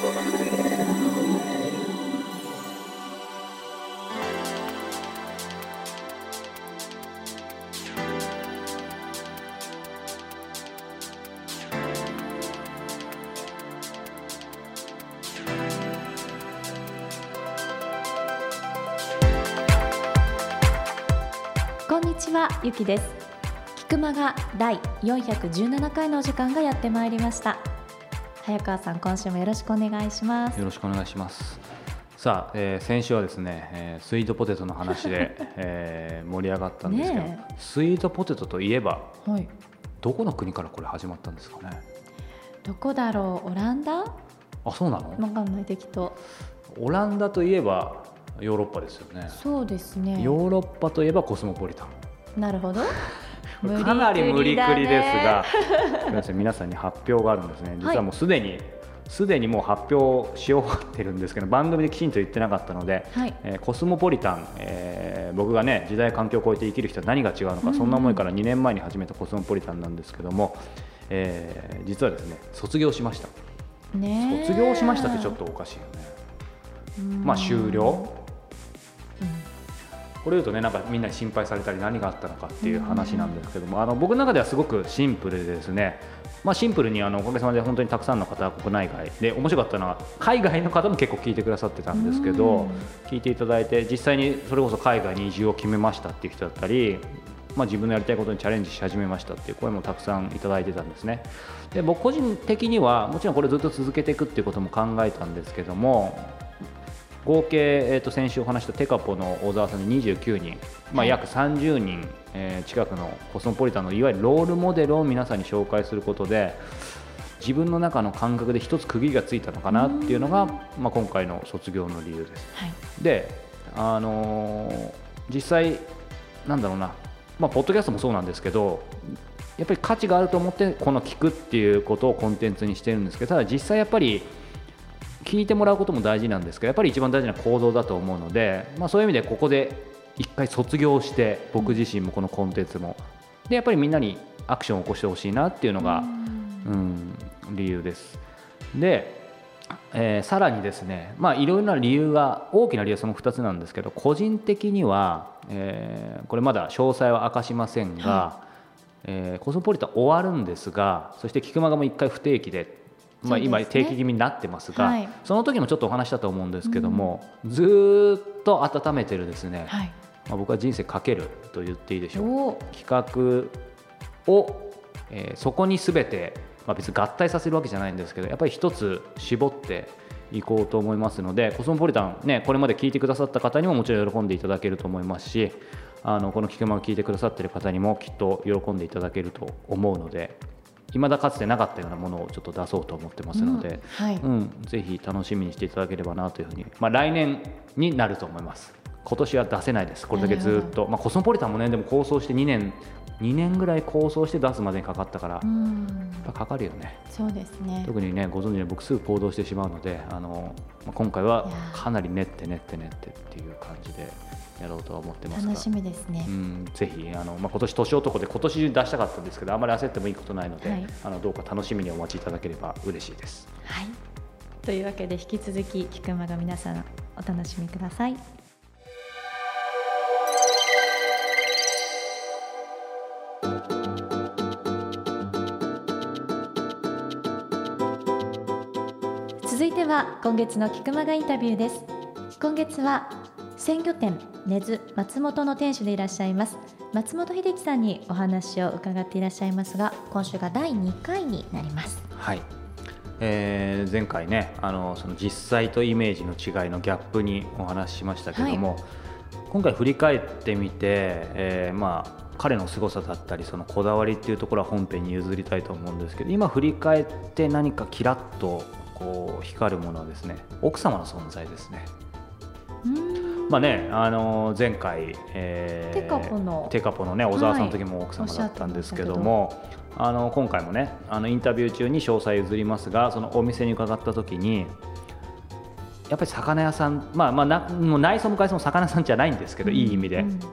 こんにちは、ゆきです。菊間が第417回のお時間がやってまいりました。早川さん、今週もよろしくお願いします。 よろしくお願いします。さあ、先週はですね、スイートポテトの話で、盛り上がったんですけど、スイートポテトといえば、はい、どこの国からこれ始まったんですかね。 どこだろう、オランダ？ あ、そうなの？ わかんない、適当。 オランダといえばヨーロッパですよね。 そうですね。 ヨーロッパといえばコスモポリタン。 なるほど。 かなり無理くりですが、すみません、皆さんに発表があるんですね。実はもうすでにもう発表し終わってるんですけど、番組できちんと言ってなかったので、はい、コスモポリタン、僕がね、時代環境を超えて生きる人は何が違うのか、そんな思いから2年前に始めたコスモポリタンなんですけども、実はですね、卒業しました。卒業しましたってちょっとおかしいよね。まあ終了。これ言うとね、なんかみんなに心配されたり何があったのかっていう話なんですけども、僕の中ではすごくシンプルでですね、シンプルにおかげさまで本当にたくさんの方、国内外で面白かったのは海外の方も結構聞いてくださってたんですけど、聞いていただいて実際にそれこそ海外に移住を決めましたっていう人だったり、自分のやりたいことにチャレンジし始めましたっていう声もたくさんいただいてたんですね。で、僕個人的にはもちろんこれずっと続けていくっていうことも考えたんですけども、合計、先週お話したテカポの小沢さんに29人、約30人、近くのコスモポリタンのいわゆるロールモデルを皆さんに紹介することで、自分の中の感覚で一つ区切りがついたのかなっていうのが、今回の卒業の理由です。はい、で、実際なんだろうな、ポッドキャストもそうなんですけど、やっぱり価値があると思ってこの聞くっていうことをコンテンツにしてるんですけど、ただ実際やっぱり聞いてもらうことも大事なんですけど、やっぱり一番大事な行動だと思うので、そういう意味でここで一回卒業して、僕自身もこのコンテンツもでやっぱりみんなにアクションを起こしてほしいなっていうのが理由です。で、さらにですね、いろいろな理由が、大きな理由はその2つなんですけど、個人的には、これまだ詳細は明かしませんが、コスモポリタン終わるんですが、そして菊間がもう1回不定期で今定期気味になってますが、その時もちょっとお話したと思うんですけども、ずっと温めてるですね、僕は人生かけると言っていいでしょう、企画を、そこに全て、別に合体させるわけじゃないんですけど、やっぱり一つ絞っていこうと思いますので、コスモポリタンね、これまで聞いてくださった方にももちろん喜んでいただけると思いますし、この菊間を聞いてくださっている方にもきっと喜んでいただけると思うので、未だかつてなかったようなものをちょっと出そうと思ってますので、ぜひ楽しみにしていただければなというふうに、来年になると思います。今年は出せないです。これだけずっと、コスモポリタンもね、でも構想して2年ぐらい構想して出すまでにかかったから、やっぱかかるよね。 そうですね。 特にね、ご存知のように僕すぐ行動してしまうので、今回はかなり練ってっていう感じでやろうとは思ってますが、 楽しみですね。 ぜひ今年年男で今年中に出したかったんですけど、あまり焦ってもいいことないので、どうか楽しみにお待ちいただければ嬉しいです。 はい、というわけで引き続き菊間が皆さんお楽しみください。続いては今月の菊間がインタビューです。今月は鮮魚店根津松本の店主でいらっしゃいます松本秀樹さんにお話を伺っていらっしゃいますが、今週が第2回になります。 はい、前回ね、その実際とイメージの違いのギャップにお話ししましたけども、今回振り返ってみて、彼の凄さだったりそのこだわりっていうところは本編に譲りたいと思うんですけど、今振り返って何かキラッとこう光るものはですね、奥様の存在ですね。前回、テカポのね、小沢さんの時も奥様だったんですけども、今回もね、インタビュー中に詳細譲りますが、そのお店に伺った時にやっぱり魚屋さん、もう内装も外装も魚屋さんじゃないんですけど、いい意味で、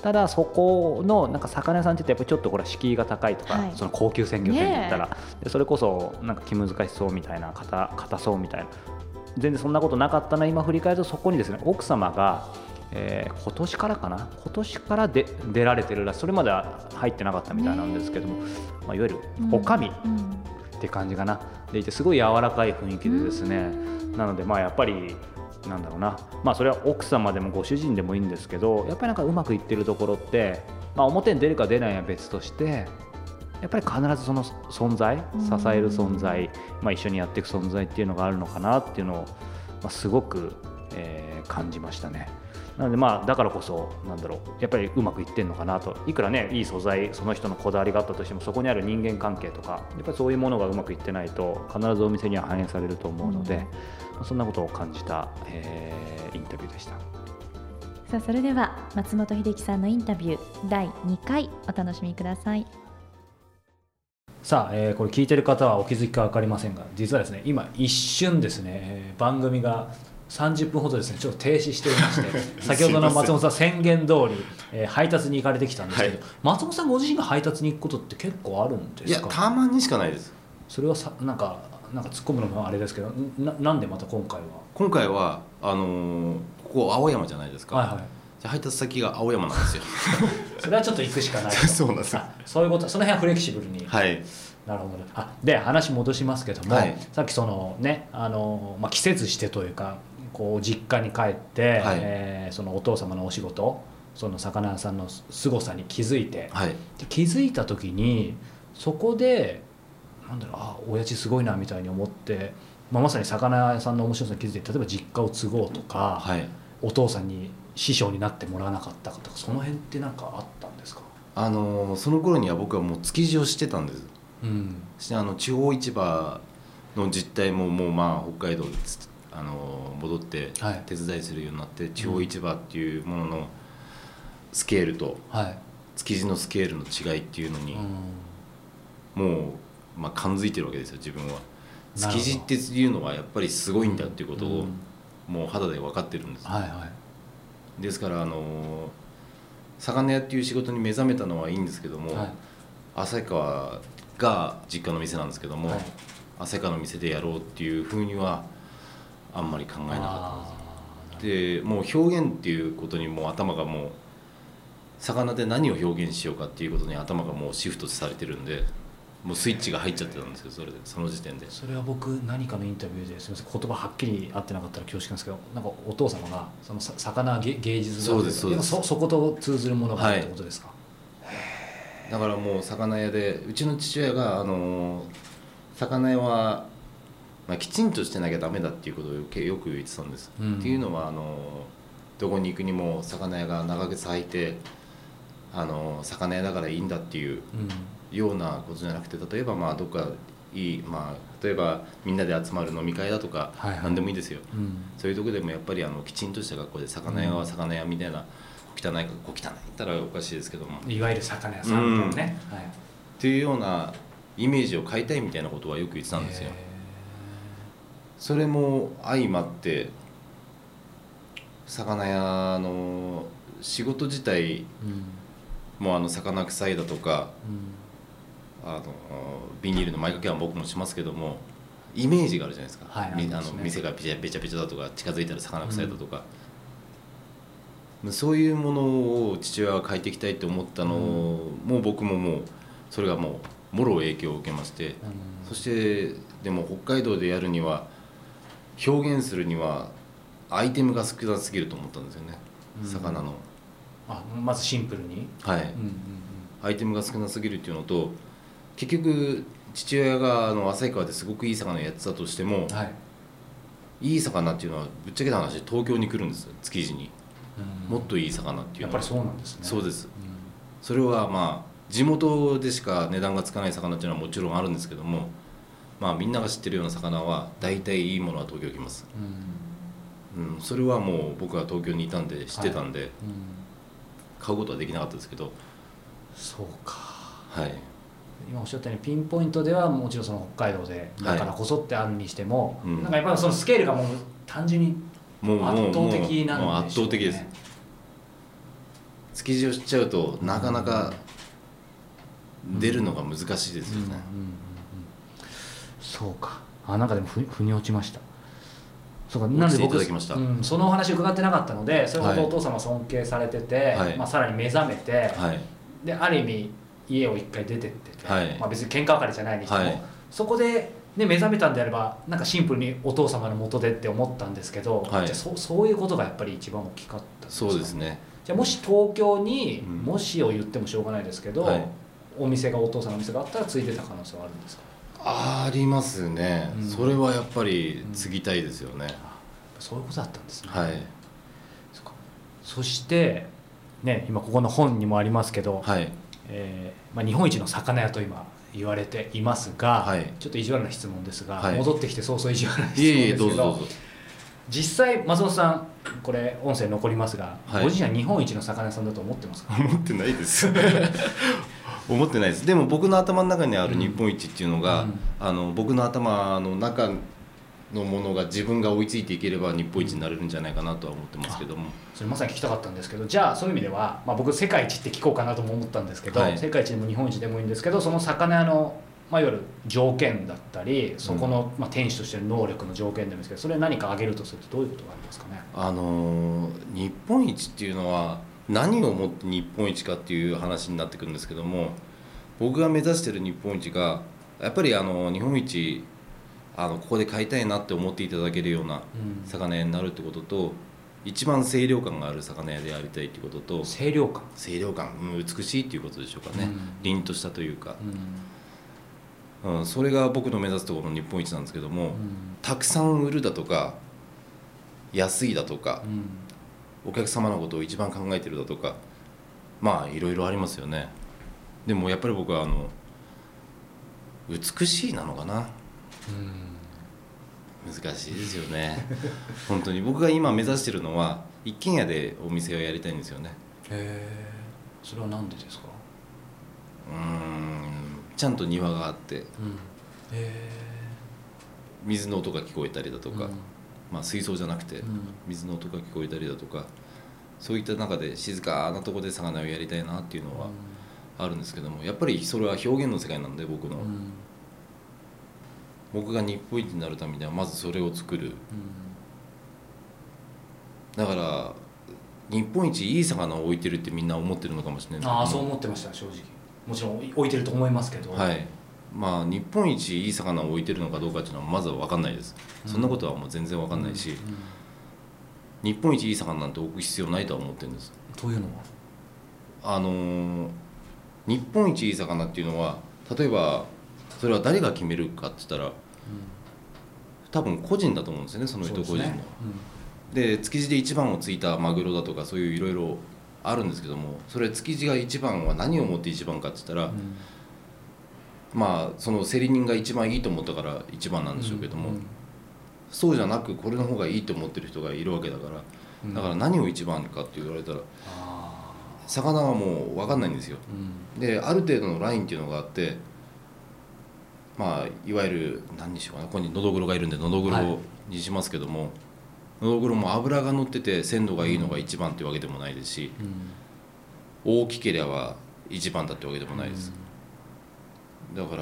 ただそこのなんか魚屋さんって言ってやっぱりちょっとこれ敷居が高いとか、 はい、 その高級鮮魚店で言ったら、でそれこそなんか気難しそうみたいな、硬そうみたいな、全然そんなことなかったな今振り返ると、そこにですね奥様が、今年から出られてるらしい、それまでは入ってなかったみたいなんですけども、まあ、いわゆるおかみって感じかな、でいてすごい柔らかい雰囲気でですね、なのでまあやっぱりなんだろうな、まあ、それは奥様でもご主人でもいいんですけど、やっぱりなんかうまくいってるところって、まあ、表に出るか出ないは別として、やっぱり必ずその存在、支える存在、まあ、一緒にやっていく存在っていうのがあるのかなっていうのを、まあ、すごく、感じましたね。なのでまあだからこそなんだろう、やっぱりうまくいってんのかなと、いくらねいい素材、その人のこだわりがあったとしても、そこにある人間関係とか、やっぱりそういうものがうまくいってないと必ずお店には反映されると思うので、そんなことを感じた、インタビューでした。 さあそれでは松本秀樹さんのインタビュー第2回お楽しみください。 さあ、これ聞いてる方はお気づきか分かりませんが、実はですね今一瞬ですね、番組が30分ほどですねちょっと停止しておりまして先ほどの松本さん宣言通り、配達に行かれてきたんですけど、はい、松本さんご自身が配達に行くことって結構あるんですか？ いや、たまにしかないです。 それはなんか突っ込むのもあれですけど、なんでまた今回はここ青山じゃないですか、はいはい、じゃ配達先が青山なんですよそれはちょっと行くしかないそうなんです。 そういうこと、その辺はフレキシブルに、 はい、 なるほど。で話戻しますけども、はい、さっきそのねまあ、季節してというかこう実家に帰って、はい、そのお父様のお仕事、その魚屋さんの凄さに気づいて、はい、で気づいた時にそこでなんだろう、親父すごいなみたいに思って、まあ、まさに魚屋さんの面白さに気づいて、例えば実家を継ごうとか、はい、お父さんに師匠になってもらわなかったかとか、その辺って何かあったんですか？ その頃には僕はもう築地をしてたんです、うん、地方市場の実態ももうまあ北海道で戻って手伝いするようになって、はい、地方市場っていうもののスケールと、はい、築地のスケールの違いっていうのに、もう、まあ、感づいてるわけですよ自分は。築地っていうのはやっぱりすごいんだっていうことをもう肌で分かってるんです、はいはい、ですから魚屋っていう仕事に目覚めたのはいいんですけども、はい、旭川が実家の店なんですけども、はい、旭川の店でやろうっていうふうにはあんまり考えなかったんです。でもう表現っていうことにもう頭がもう魚で何を表現しようかっていうことに頭がもうシフトされてるんで、もうスイッチが入っちゃってたんですよ、その時点で。 それは僕何かのインタビューですみません、言葉はっきり合ってなかったら恐縮なんですけど、なんかお父様がその魚芸術そうですそうです、 そこと通ずるものがあるってことですか？はい、 だからもう魚屋で、うちの父親が魚屋は、まあ、きちんとしてなきゃダメだっていうことをよく言ってたんです、うん、っていうのはどこに行くにも魚屋が長靴履いて魚屋だからいいんだっていう、ようなことじゃなくて、例えばまあどっかいい、まあ、例えばみんなで集まる飲み会だとか、はいはい、何でもいいですよ、うん、そういうとこでもやっぱりきちんとした学校で魚屋は魚屋みたいな、小汚い言ったらおかしいですけども、 いわゆる魚屋さんみたいなね、 はい、っていうようなイメージを変えたいみたいなことはよく言ってたんですよ。それも相まって魚屋の仕事自体も魚臭いだとか、ビニールの前掛けは僕もしますけども、イメージがあるじゃないですか、はい、店がべちゃべちゃだとか近づいたら魚臭いだとか、そういうものを父親は変えていきたいと思ったのを、もう僕ももうそれがもうもろ影響を受けまして、そしてでも北海道でやるには表現するにはアイテムが少なすぎると思ったんですよね、魚の。 まずシンプルに、 はい、アイテムが少なすぎるっていうのと、結局父親が旭川ですごくいい魚やってたとしても、はい、いい魚っていうのはぶっちゃけた話東京に来るんですよ、築地に。もっといい魚っていうのはやっぱりそうなんですね。 そうです、それはまあ地元でしか値段がつかない魚っていうのはもちろんあるんですけども、まあみんなが知ってるような魚は大体いいものは東京来ます、それはもう僕は東京にいたんで知ってたんで、はい、買うことはできなかったですけど。 そうか、 はい、 今おっしゃったようにピンポイントではもちろんその北海道でだからこそってあるにしても、はい、なんかやっぱりそのスケールがもう単純に圧倒的なんでしょうね。 もう圧倒的です。 築地をしちゃうとなかなか出るのが難しいですよね。 そうか。なんかでも腑に落ちました。そうか。なんで僕そのお話伺ってなかったので、それほどお父様尊敬されてて、まあさらに目覚めて、である意味家を一回出てってて、まあ別に喧嘩別れじゃないにしても、そこでね目覚めたんであればなんかシンプルにお父様の元でって思ったんですけど、じゃあそういうことがやっぱり一番大きかったですか。 そうですね。 じゃあもし東京に、もしを言ってもしょうがないですけど、お店がお父さんのお店があったら継いでた可能性はあるんですか。 ありますね、それはやっぱり継ぎたいですよね。 そういうことだったんですね。 はい。 そしてね、今ここの本にもありますけど、まあ、日本一の魚屋と今言われていますが、ちょっと意地悪な質問ですが、戻ってきて早々意地悪な質問ですけど、実際松本さんこれ音声残りますが、ご自身は日本一の魚屋さんだと思ってますか。 思ってないです思ってないです。でも僕の頭の中にある日本一っていうのが、僕の頭の中のものが自分が追いついていければ日本一になれるんじゃないかなとは思ってますけども、 それまさに聞きたかったんですけど、じゃあそういう意味では、まあ、僕世界一って聞こうかなとも思ったんですけど、世界一でも日本一でもいいんですけど、その魚屋の、まあ、いわゆる条件だったりそこの、まあ、店主としての能力の条件でもいいですけど、それ何か挙げるとするとどういうことがありますかね。 日本一っていうのは何をもって日本一かっていう話になってくるんですけども、僕が目指している日本一がやっぱり日本一ここで買いたいなって思っていただけるような魚屋になるってことと、一番清涼感がある魚屋でありたいってことと、 清涼感、 美しいっていうことでしょうかね、凛としたというか、それが僕の目指すところの日本一なんですけども、たくさん売るだとか安いだとか、お客様のことを一番考えてるだとか、まあいろいろありますよね。でもやっぱり僕は美しいなのかな。難しいですよね本当に僕が今目指してるのは一軒家でお店をやりたいんですよね。 それは何でですか。 ちゃんと庭があって、水の音が聞こえたりだとか、まあ水槽じゃなくて水の音が聞こえたりだとか、そういった中で静かなところで魚をやりたいなっていうのはあるんですけども、やっぱりそれは表現の世界なんで、僕が日本一になるためにはまずそれを作る、だから日本一いい魚を置いてるってみんな思ってるのかもしれないですけど、 そう思ってました。正直もちろん置いてると思いますけど、 まあ日本一いい魚を置いてるのかどうかっていうのはまずは分かんないです、そんなことはもう全然分かんないし、日本一いい魚なんて置く必要ないとは思ってるんです。 というのは日本一いい魚っていうのは、例えばそれは誰が決めるかって言ったら、多分個人だと思うんですよね、その人個人の。で築地で一番をついたマグロだとかそういういろいろあるんですけども、それ築地が一番は何をもって一番かって言ったら、まあその競り人が一番いいと思ったから一番なんでしょうけども、そうじゃなくこれの方がいいと思ってる人がいるわけだから、だから何を一番かって言われたら魚はもう分かんないんですよ。である程度のラインっていうのがあって、まあいわゆる何にしようかな、ここにノドグロがいるんでノドグロにしますけども、ノドグロも脂が乗ってて鮮度がいいのが一番っていうわけでもないですし、大きければ一番だってわけでもないです。だから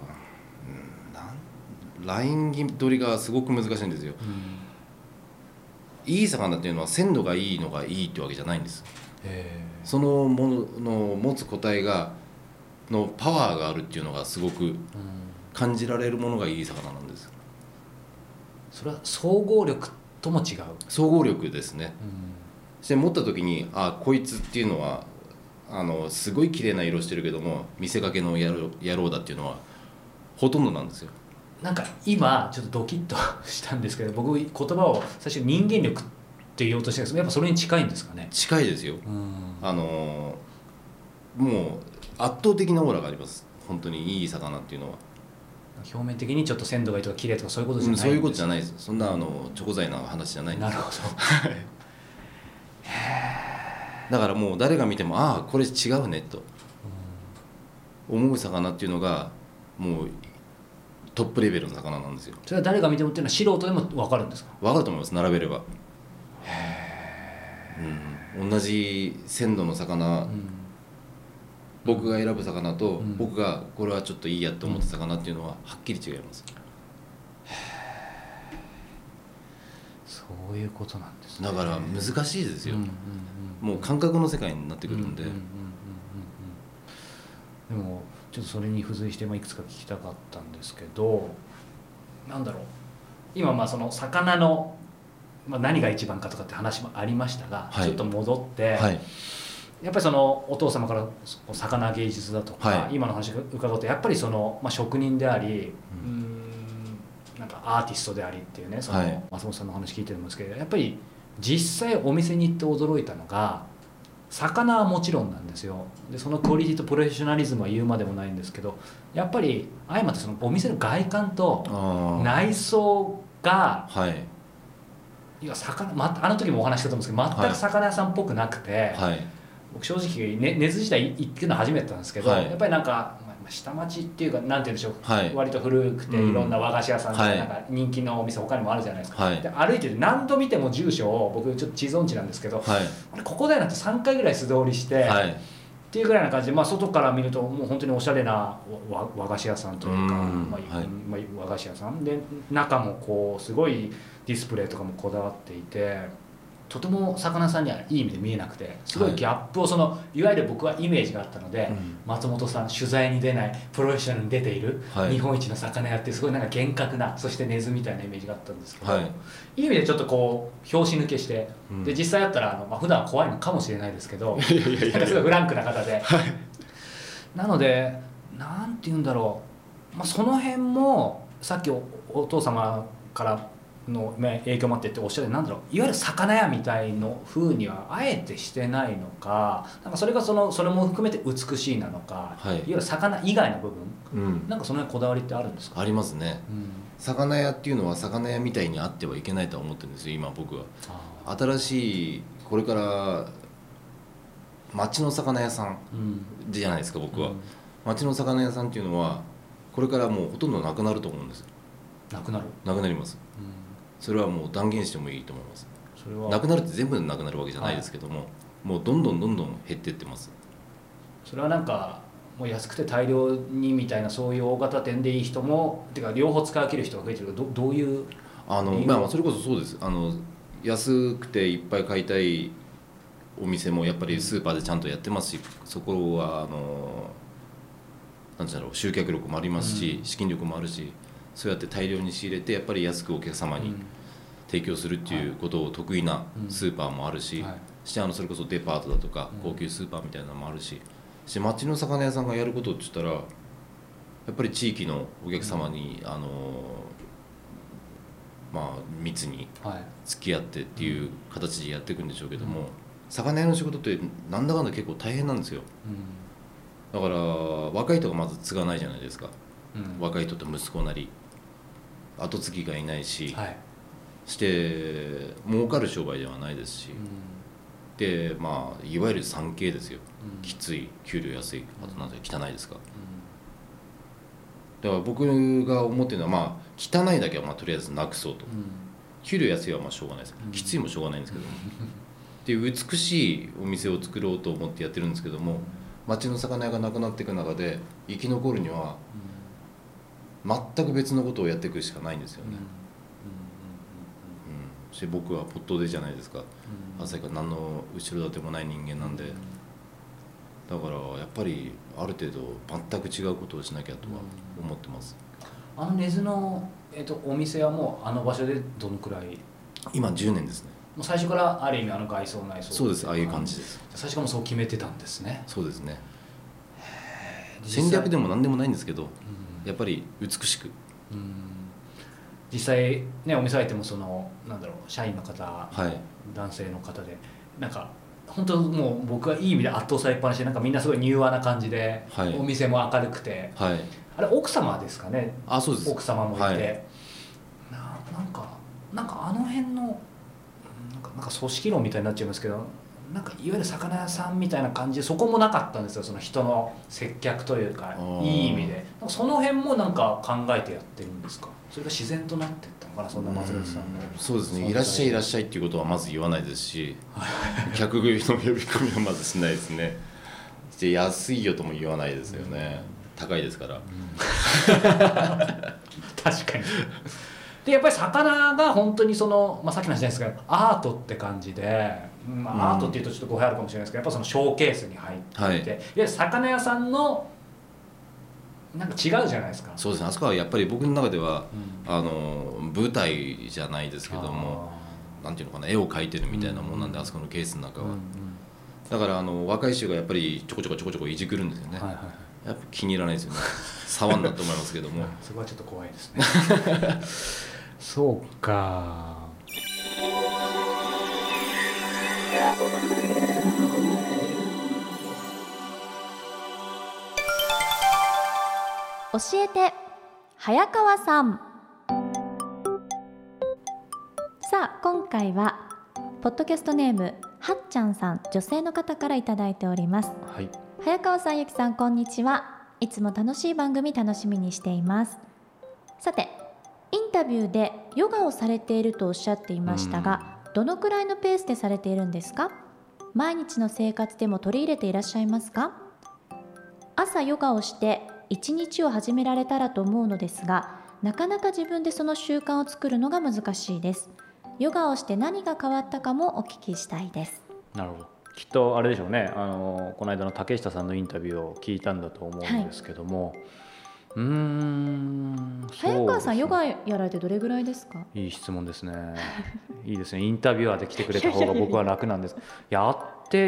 ライン取りがすごく難しいんですよ。いい魚っていうのは鮮度がいいのがいいってわけじゃないんです。そのものの持つ個体のパワーがあるっていうのがすごく感じられるものがいい魚なんです。 それは総合力とも違う。 総合力ですね。そして持った時にこいつっていうのはすごい綺麗な色してるけども見せかけの野郎だっていうのはほとんどなんですよ。 なんか今ちょっとドキッとしたんですけど、僕言葉を最初人間力って言おうとしたんですけど、やっぱそれに近いんですかね。 近いですよ。もう圧倒的なオーラがあります。本当にいい魚っていうのは表面的にちょっと鮮度がいいとか綺麗とかそういうことじゃないんです。 そういうことじゃないです。そんなチョコ材な話じゃないんです。 なるほどだからもう誰が見てもこれ違うねと思う魚っていうのがもうトップレベルの魚なんですよ。 それは誰が見てもっていうのは素人でも分かるんですか。 分かると思います、並べれば。 同じ鮮度の魚、僕が選ぶ魚と、僕がこれはちょっといいやって思った魚っていうのははっきり違います。 そういうことなんですね。 だから難しいですよ、もう感覚の世界になってくるんで。 でもちょっとそれに付随していくつか聞きたかったんですけど、なんだろう、今その魚の、何が一番かとかって話もありましたが、ちょっと戻って、やっぱりそのお父様から魚芸術だとか、今の話伺うとやっぱりその、職人であり、なんかアーティストでありっていうね、その松本さんの話聞いてるんですけど、やっぱり実際お店に行って驚いたのが、魚はもちろんなんですよ。でそのクオリティとプロフェッショナリズムは言うまでもないんですけど、やっぱり相まってそのお店の外観と内装が、いやあの時もお話ししたと思うんですけど、全く魚屋さんっぽくなくて、僕正直根津時代行くの初めてだったんですけど、やっぱりなんか下町っていうか、なんて言うんでしょう、割と古くていろんな和菓子屋さんとか、なんか人気のお店他にもあるじゃないですか、で歩いてて何度見ても住所を、僕ちょっと地図音痴なんですけど、ここだよなって3回ぐらい素通りして、っていうぐらいな感じで、外から見るともう本当におしゃれな和菓子屋さんというか、和菓子屋さんで、中もこうすごいディスプレイとかもこだわっていて、とても魚さんにはいい意味で見えなくて、すごいギャップをいわゆる僕はイメージがあったので、松本さん取材に出ないプロフェッショナルに出ている日本一の魚屋ってすごいなんか厳格な、そして根津みたいなイメージがあったんですけど、いい意味でちょっとこう拍子抜けして、で実際あったら普段は怖いのかもしれないですけど、すごいフランクな方で、なのでなんて言うんだろう、その辺もさっき お父様からの影響もあってっておっしゃる、なんだろう、いわゆる魚屋みたいの風にはあえてしてないのか、なんかそれがそれも含めて美しいなのか、いわゆる魚以外の部分、なんかその辺こだわりってあるんですか？ ありますね、魚屋っていうのは魚屋みたいにあってはいけないとは思ってるんですよ、今僕は。新しいこれから町の魚屋さんじゃないですか、僕は。町の魚屋さんっていうのはこれからもうほとんどなくなると思うんですよ。なくなります、それはもう断言してもいいと思います。それはなくなるって全部なくなるわけじゃないですけども、もうどんどん減っていってます。 それはなんかもう安くて大量にみたいな、そういう大型店でいい人もてか両方使い分ける人が増えてるけど、どういうそれこそそうです。安くていっぱい買いたいお店もやっぱりスーパーでちゃんとやってますし、そこはなんていうんだろう、集客力もありますし、資金力もあるし、そうやって大量に仕入れてやっぱり安くお客様に提供するっていうことを得意なスーパーもあるし、それこそデパートだとか高級スーパーみたいなのもあるし、町の魚屋さんがやることって言ったらやっぱり地域のお客様に密に付き合ってっていう形でやっていくんでしょうけども、魚屋の仕事ってなんだかんだ結構大変なんですよ。だから若い人がまず継がないじゃないですか、若い人って息子なり後継ぎがいないし、して儲かる商売ではないですし、でいわゆる 3K ですよ、きつい、給料安い、あとなんで汚いですか、だから僕が思ってるのは汚いだけはとりあえずなくそうと、給料安いはしょうがないです、きついもしょうがないんですけどっていう美しいお店を作ろうと思ってやってるんですけども、町の魚屋がなくなっていく中で生き残るには全く別のことをやっていくしかないんですよね。僕はポットでじゃないですか、朝から何の後ろ盾もない人間なんで、だからやっぱりある程度全く違うことをしなきゃとは思ってます。 根津の、お店はもうあの場所でどのくらい？ 今10年ですね。 もう最初からある意味外装内装、 そうです、ああいう感じです。 最初からもそう決めてたんですね。 そうですね。戦略でも何でもないんですけど、やっぱり美しく、 実際ね、お店相手もなんだろう、社員の方、男性の方でなんか本当もう僕はいい意味で圧倒されっぱなしで、なんかみんなすごい柔和な感じで、お店も明るくて、あれ奥様ですかね。 そうです。 奥様もいて、なんかあの辺のなんか組織論みたいになっちゃいますけど、 なんかいわゆる魚屋さんみたいな感じでそこもなかったんですよ、その人の接客というかいい意味で。その辺もなんか考えてやってるんですか？それが自然となっていったのかな、そんな松本さんの。 そうですね、いらっしゃいいらっしゃいっていうことはまず言わないですし客食いの呼び込みはまずしないですね。で安いよとも言わないですよね、高いですから、 確かに。でやっぱり魚が本当にその、さっきの話じゃないですけどアートって感じで、アートっていうとちょっと語弊あるかもしれないですけど、やっぱそのショーケースに入っていて、いわゆる魚屋さんのなんか違うじゃないですか。 そうですね、あそこはやっぱり僕の中では、舞台じゃないですけども、なんていうのかな、絵を描いてるみたいなもんなんで、あそこのケースの中は、だから若い衆がやっぱりちょこちょこいじくるんですよね、やっぱ気に入らないですよね触んなと思いますけどもそこはちょっと怖いですねそうか。 教えて早川さん。さあ今回はポッドキャストネームはっちゃんさん、女性の方からいただいております。 はい、 早川さん、ゆきさん、こんにちは。いつも楽しい番組楽しみにしています。さて、インタビューでヨガをされているとおっしゃっていましたが、どのくらいのペースでされているんですか？毎日の生活でも取り入れていらっしゃいますか？朝ヨガをして一日を始められたらと思うのですが、なかなか自分でその習慣を作るのが難しいです。ヨガをして何が変わったかもお聞きしたいです。 なるほど。きっとあれでしょうね、この間の竹下さんのインタビューを聞いたんだと思うんですけども、 早川さん、ヨガやられてどれぐらいですか？ いい質問ですねいいですね、インタビュアーで来てくれた方が僕は楽なんですやって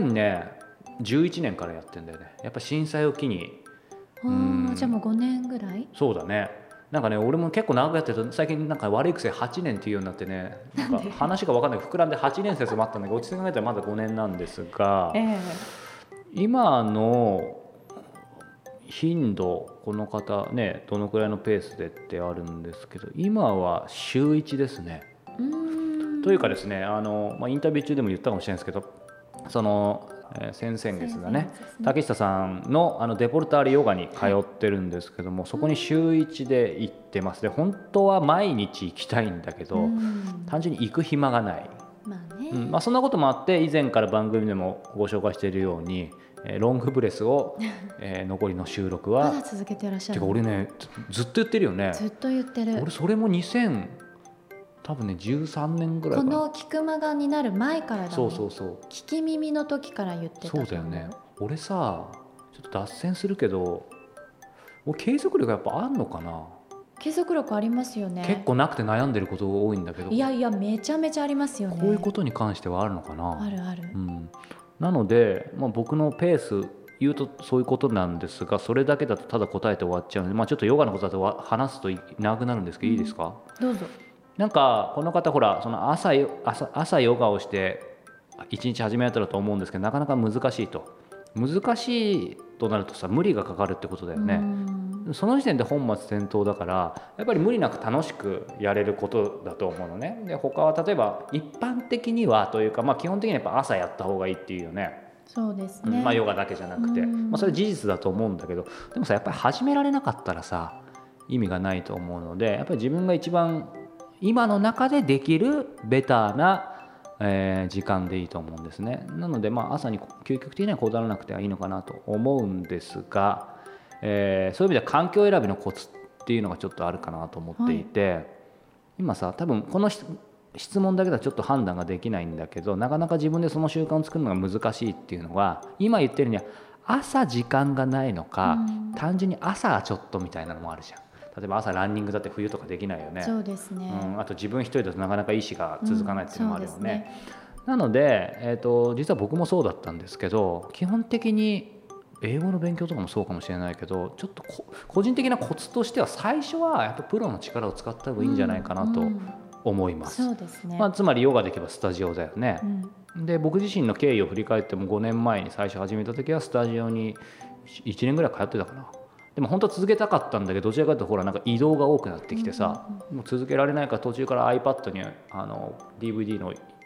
2011年からやってんだよね。やっぱ震災を機に。 じゃあもう5年ぐらい？ そうだね。なんかね、俺も結構長くやってると最近なんか悪い癖8年っていうようになってね、なんか話が分かんない膨らんで8年説もあったんだけど、落ち着いて考えたらまだ5年なんですが、今の頻度、この方ねどのくらいのペースでってあるんですけど、今は週1ですね。というかですね、インタビュー中でも言ったかもしれないですけど、その先々月がね、竹下さんのデポルターレヨガに通ってるんですけども、そこに週1で行ってます。で本当は毎日行きたいんだけど、単純に行く暇がない。そんなこともあって、以前から番組でもご紹介しているようにロングブレスを残りの収録はまだ続けていらっしゃる。 てか俺ね、ずっと言ってるよね。 ずっと言ってる。 俺それも多分ね13年ぐらいかな。 このキクマガになる前からだもん。 そう聞き耳の時から言ってた。 そうだよね。俺さ、ちょっと脱線するけど、俺継続力やっぱあんのかな。 継続力ありますよね。 結構なくて悩んでることが多いんだけど、 いやいやめちゃめちゃありますよね。 こういうことに関してはあるのかな。 あるある、 なので、僕のペース言うとそういうことなんですが、それだけだとただ答えて終わっちゃうので、ちょっとヨガのことだと話すと長くなるんですけど、いいですか？ どうぞ。 なんかこの方ほら、その朝ヨガをして一日始められたらと思うんですけど、なかなか難しいとなるとさ、無理がかかるってことだよね。その時点で本末転倒だから、やっぱり無理なく楽しくやれることだと思うのね。で他は例えば一般的にはというか、基本的にはやっぱ朝やった方がいいっていうよね。 そうですね。 ヨガだけじゃなくて、それ事実だと思うんだけど、でもさ、やっぱり始められなかったらさ意味がないと思うので、やっぱり自分が一番今の中でできるベターな時間でいいと思うんですね。なので朝に究極的にはこだわらなくてはいいのかなと思うんですが、そういう意味では環境選びのコツっていうのがちょっとあるかなと思っていて、今さ、多分この質問だけではちょっと判断ができないんだけど、なかなか自分でその習慣を作るのが難しいっていうのは、今言ってるには朝時間がないのか、単純に朝はちょっとみたいなのもあるじゃん。例えば朝ランニングだって冬とかできないよね。 そうですね。 あと自分一人だとなかなか意志が続かないっていうのもあるよね。なので、実は僕もそうだったんですけど、基本的に英語の勉強とかもそうかもしれないけど、ちょっと個人的なコツとしては、最初はやっぱプロの力を使った方がいいんじゃないかなと思います。 そうですね。 つまりヨガできればスタジオだよね。で僕自身の経緯を振り返っても、5年前に最初始めた時はスタジオに1年ぐらい通ってたかな。でも本当は続けたかったんだけど、どちらかというとなんか移動が多くなってきてさ、もう続けられないから途中から iPad にDVD の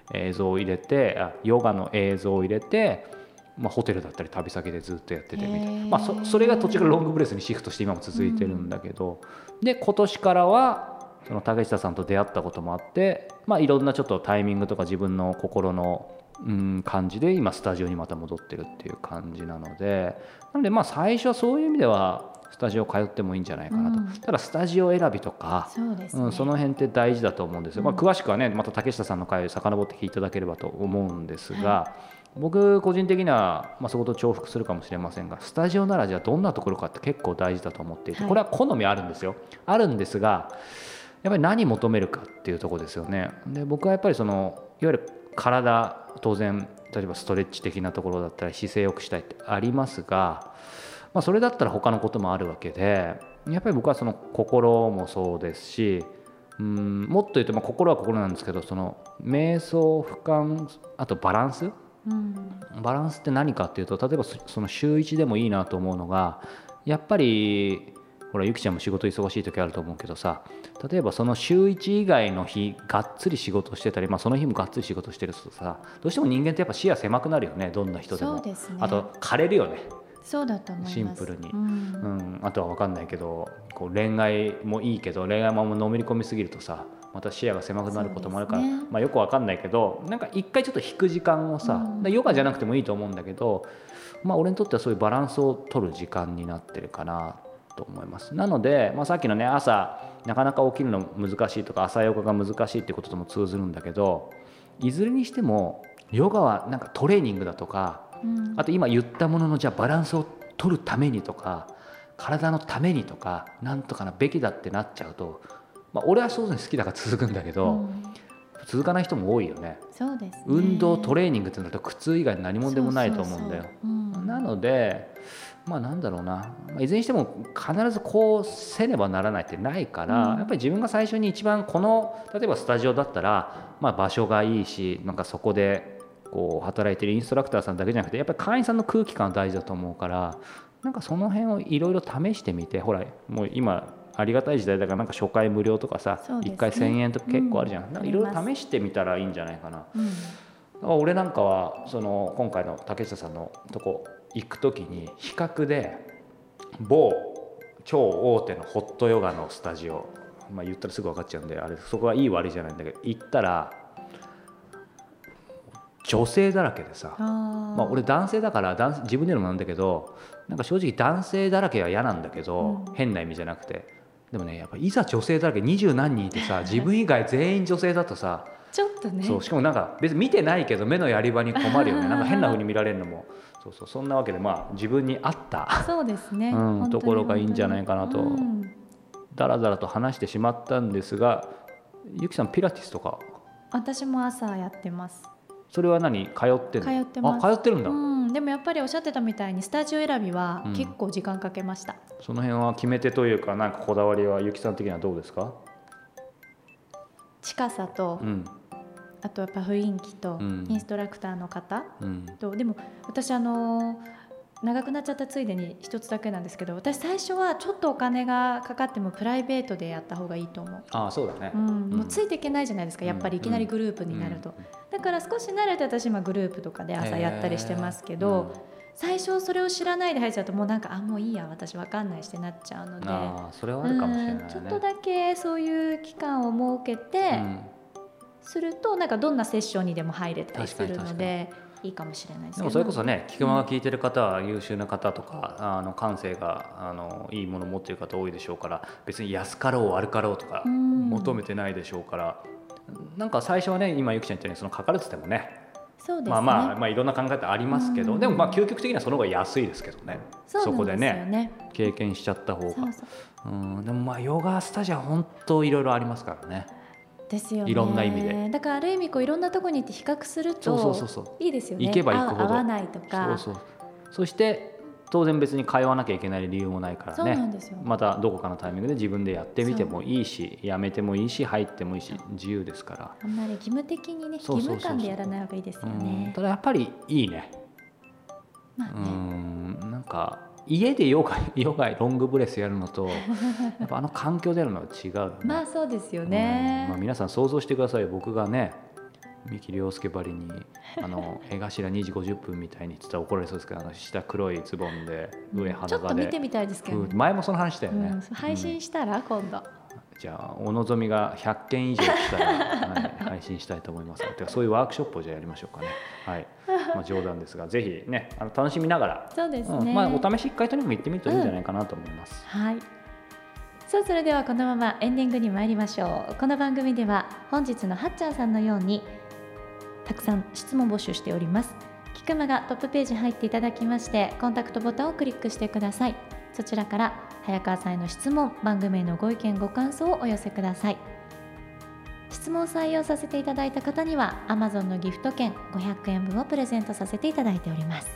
映像を入れてヨガの映像を入れて、ホテルだったり旅先でずっとやっててみたいな、それが途中からロングブレスにシフトして今も続いてるんだけど、で今年からはその竹下さんと出会ったこともあって、いろんなちょっとタイミングとか自分の心の感じで今スタジオにまた戻ってるっていう感じなので、最初はそういう意味ではスタジオ通ってもいいんじゃないかなと、ただスタジオ選びとかそうですね、 その辺って大事だと思うんですよ、詳しくはねまた竹下さんの回を遡って聞いていただければと思うんですが、僕個人的には、そこと重複するかもしれませんが、スタジオならじゃあどんなところかって結構大事だと思っていて、これは好みあるんですよ、あるんですが、やっぱり何求めるかっていうところですよね。で僕はやっぱりいわゆる体、当然例えばストレッチ的なところだったり姿勢良くしたいってありますが、それだったら他のこともあるわけで、やっぱり僕は心もそうですし、もっと言うと心は心なんですけど、瞑想、俯瞰、あとバランス、バランスって何かっていうと、例えば週1でもいいなと思うのが、やっぱりほらゆきちゃんも仕事忙しい時あると思うけどさ、例えばその週1以外の日がっつり仕事してたり、その日もがっつり仕事してるとさ、どうしても人間ってやっぱ視野狭くなるよね、どんな人でも。 そうですね、 あと枯れるよね。 そうだと思います、 シンプルに、あとは分かんないけど、恋愛もいいけど恋愛ものめり込みすぎるとさ、また視野が狭くなることもあるから、よく分かんないけど、なんか一回ちょっと引く時間をさ、ヨガじゃなくてもいいと思うんだけど、俺にとってはそういうバランスを取る時間になってるかなと思います。なので、さっきのね、朝なかなか起きるの難しいとか朝ヨガが難しいってこととも通ずるんだけど、いずれにしてもヨガはなんかトレーニングだとか、あと今言ったもののじゃあバランスを取るためにとか体のためにとかなんとかなべきだってなっちゃうと、俺はそういうの好きだから続くんだけど、続かない人も多いよね。 そうですね、 運動トレーニングってなると苦痛以外何もでもないと思うんだよ。なのでなんだろうな、いずれにしても必ずこうせねばならないってないから、やっぱり自分が最初に一番例えばスタジオだったら、場所がいいし、なんかそこで働いてるインストラクターさんだけじゃなくて、やっぱり会員さんの空気感大事だと思うから、なんかその辺をいろいろ試してみて、ほらもう今ありがたい時代だから、なんか初回無料とかさ、1回1000円とか結構あるじゃん、いろいろ試してみたらいいんじゃないかな。俺なんかは今回の竹下さんのとこ行く時に比較で某超大手のホットヨガのスタジオ、言ったらすぐ分かっちゃうんであれ、そこはいい悪いじゃないんだけど、行ったら女性だらけでさ、俺男性だから自分でもなんだけど、なんか正直男性だらけは嫌なんだけど、変な意味じゃなくて、でもね、やっぱいざ女性だらけ20何人いてさ、自分以外全員女性だとさ、 ちょっとね、 そう、しかもなんか別に見てないけど目のやり場に困るよね。なんか変な風に見られるのもそんなわけで、自分に合ったそうですね、 ところがいいんじゃないかなと、だらだらと話してしまったんですが、ゆきさんピラティスとか？ 私も朝やってます。 それは何、通ってるの？ 通ってます。 通ってるんだ。 でもやっぱりおっしゃってたみたいにスタジオ選びは結構時間かけました。 その辺は決め手というか、なんかこだわりはゆきさん的にはどうですか？ 近さと、あとやっぱ雰囲気と、インストラクターの方と、でも私長くなっちゃったついでに一つだけなんですけど、私最初はちょっとお金がかかってもプライベートでやった方がいいと思う。 そうだね、 もうついていけないじゃないですか、やっぱりいきなりグループになると、だから少し慣れて私今グループとかで朝やったりしてますけど、最初それを知らないで入っちゃうと、もうなんかもういいや私わかんないしてなっちゃうので、 それはあるかもしれないね。 ちょっとだけそういう期間を設けて、するとなんかどんなセッションにでも入れたりするのでいいかもしれないですけど。 でもそれこそね、菊間が聞いてる方は優秀な方とか、感性がいいものを持っている方多いでしょうから、別に安かろう悪かろうとか求めてないでしょうから、なんか最初はね、今ゆきちゃん言ったようにかかるって言ってもね、 そうですね、 いろんな考え方ありますけど、でも究極的にはその方が安いですけどね。そこでね経験しちゃった方が。でもヨガスタジオは本当いろいろありますからね。 ですよね、 いろんな意味で。 だからある意味いろんなところに行って比較するといいですよね。 行けば行くほど合わないとか。 そして当然別に通わなきゃいけない理由もないからね。 そうなんですよ。 またどこかのタイミングで自分でやってみてもいいし、やめてもいいし、入ってもいいし、自由ですから。 あんまり義務的にね、義務感でやらない方がいいですよね。 ただやっぱりいいね。なんか家でヨガロングブレスやるのとやっぱ環境でやるのは違うよね。 そうですよね。 皆さん想像してくださいよ。僕がね三木亮介ばりに江頭2時50分みたいに言ってたら怒られそうですけど、下黒いズボンで上裸で、 ちょっと見てみたいですけど、ね、 前もその話だよね、 配信したら、今度じゃあお望みが100件以上来たら、はい、配信したいと思います。てかそういうワークショップをじゃあやりましょうかね。はい、冗談ですがぜひね楽しみながら、 そうですね、 お試し1回とにも行ってみるといいんじゃないかなと思います。 はい。さあそれではこのままエンディングに参りましょう。この番組では本日のはっちゃんさんのようにたくさん質問募集しております。キクマがトップページ入っていただきましてコンタクトボタンをクリックしてください。そちらから早川さんへの質問、番組へのご意見ご感想をお寄せください。質問を採用させていただいた方には Amazon のギフト券500円分をプレゼントさせていただいております。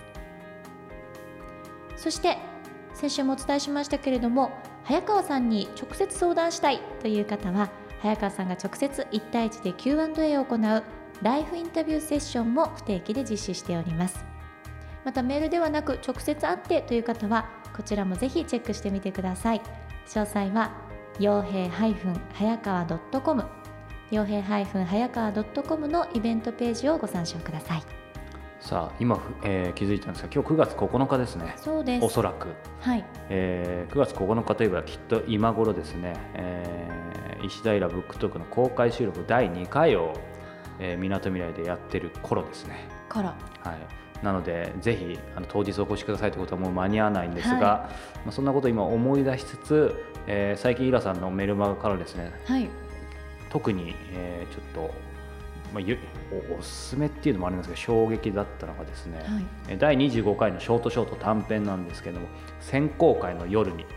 そして先週もお伝えしましたけれども、早川さんに直接相談したいという方は早川さんが直接1対1で Q&A を行うライフインタビューセッションも不定期で実施しております。またメールではなく直接会ってという方はこちらもぜひチェックしてみてください。詳細は陽平早川 .com 陽平早川 .com のイベントページをご参照ください。 さあ今、気づいたんですが今日9月9日ですね。 そうです。 おそらく、 はい、 9月9日といえばきっと今頃ですね、石平ブックトークの公開収録第2回をみなとみらいでやってる頃ですね。 はい、 なのでぜひ当日お越しくださいということはもう間に合わないんですが、そんなことを今思い出しつつ、最近イラさんのメルマガからですね、特に、ちょっと、おすすめっていうのもあるんですけど衝撃だったのがですね、第25回のショート短編なんですけども、選考会の夜に、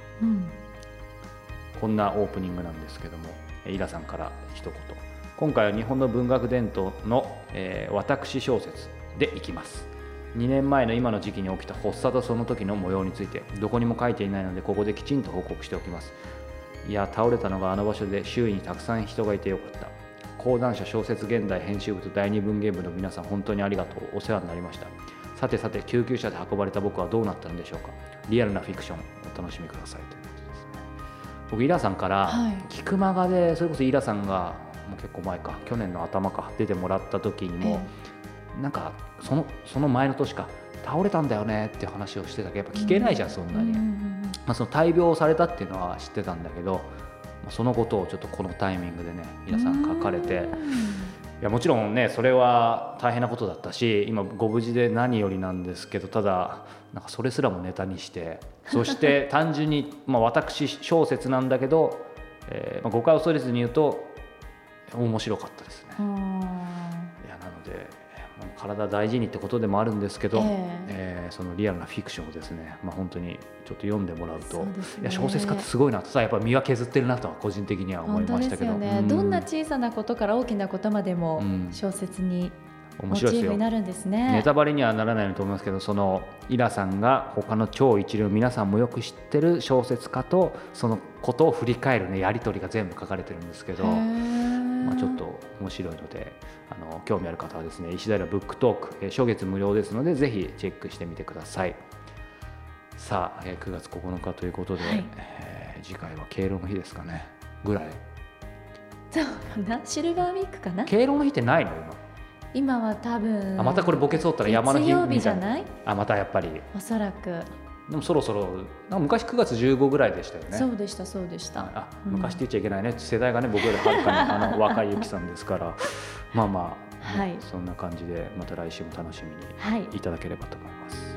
こんなオープニングなんですけども、イラさんから一言。今回は日本の文学伝統の、私小説でいきます。2年前の今の時期に起きた発作とその時の模様についてどこにも書いていないのでここできちんと報告しておきます。いや倒れたのがあの場所で周囲にたくさん人がいてよかった。講談社小説現代編集部と第二文芸部の皆さん本当にありがとう。お世話になりました。さて救急車で運ばれた僕はどうなったんでしょうか。リアルなフィクションお楽しみくださいということですね。僕イラさんから、キクマガでそれこそイラさんがもう結構前か去年の頭か出てもらった時にも、なんかその前の年か倒れたんだよねっていう話をしてたけどやっぱ聞けないじゃん、そんなに、その大病されたっていうのは知ってたんだけど、そのことをちょっとこのタイミングでね皆さん書かれて、いやもちろんねそれは大変なことだったし今ご無事で何よりなんですけど、ただなんかそれすらもネタにしてそして単純に私小説なんだけど、誤解を恐れずに言うと面白かったですね。いやなので体大事にってことでもあるんですけど、そのリアルなフィクションをですね、本当にちょっと読んでもらうと、いや小説家ってすごいなとさ、やっぱ身は削ってるなとは個人的には思いましたけど、 どんな小さなことから大きなことまでも小説にモチーフになるんですね。 ネタバレにはならないと思いますけど、そのイラさんが他の超一流皆さんもよく知ってる小説家とそのことを振り返るねやり取りが全部書かれてるんですけど、ちょっと面白いので興味ある方はですね石平ブックトーク、初月無料ですのでぜひチェックしてみてください。さあ、9月9日ということで、次回は敬老の日ですかねぐらい。 そうかな、シルバーウィークかな。 敬老の日ってないの今は多分またこれボケそうったら山の日みたいな。 月曜日じゃない？ またやっぱりおそらく。 でもそろそろ昔9月15ぐらいでしたよね。 そうでした昔って言っちゃいけないね、世代がね僕よりはるかに若いゆきさんですからそんな感じでまた来週も楽しみにいただければと思います。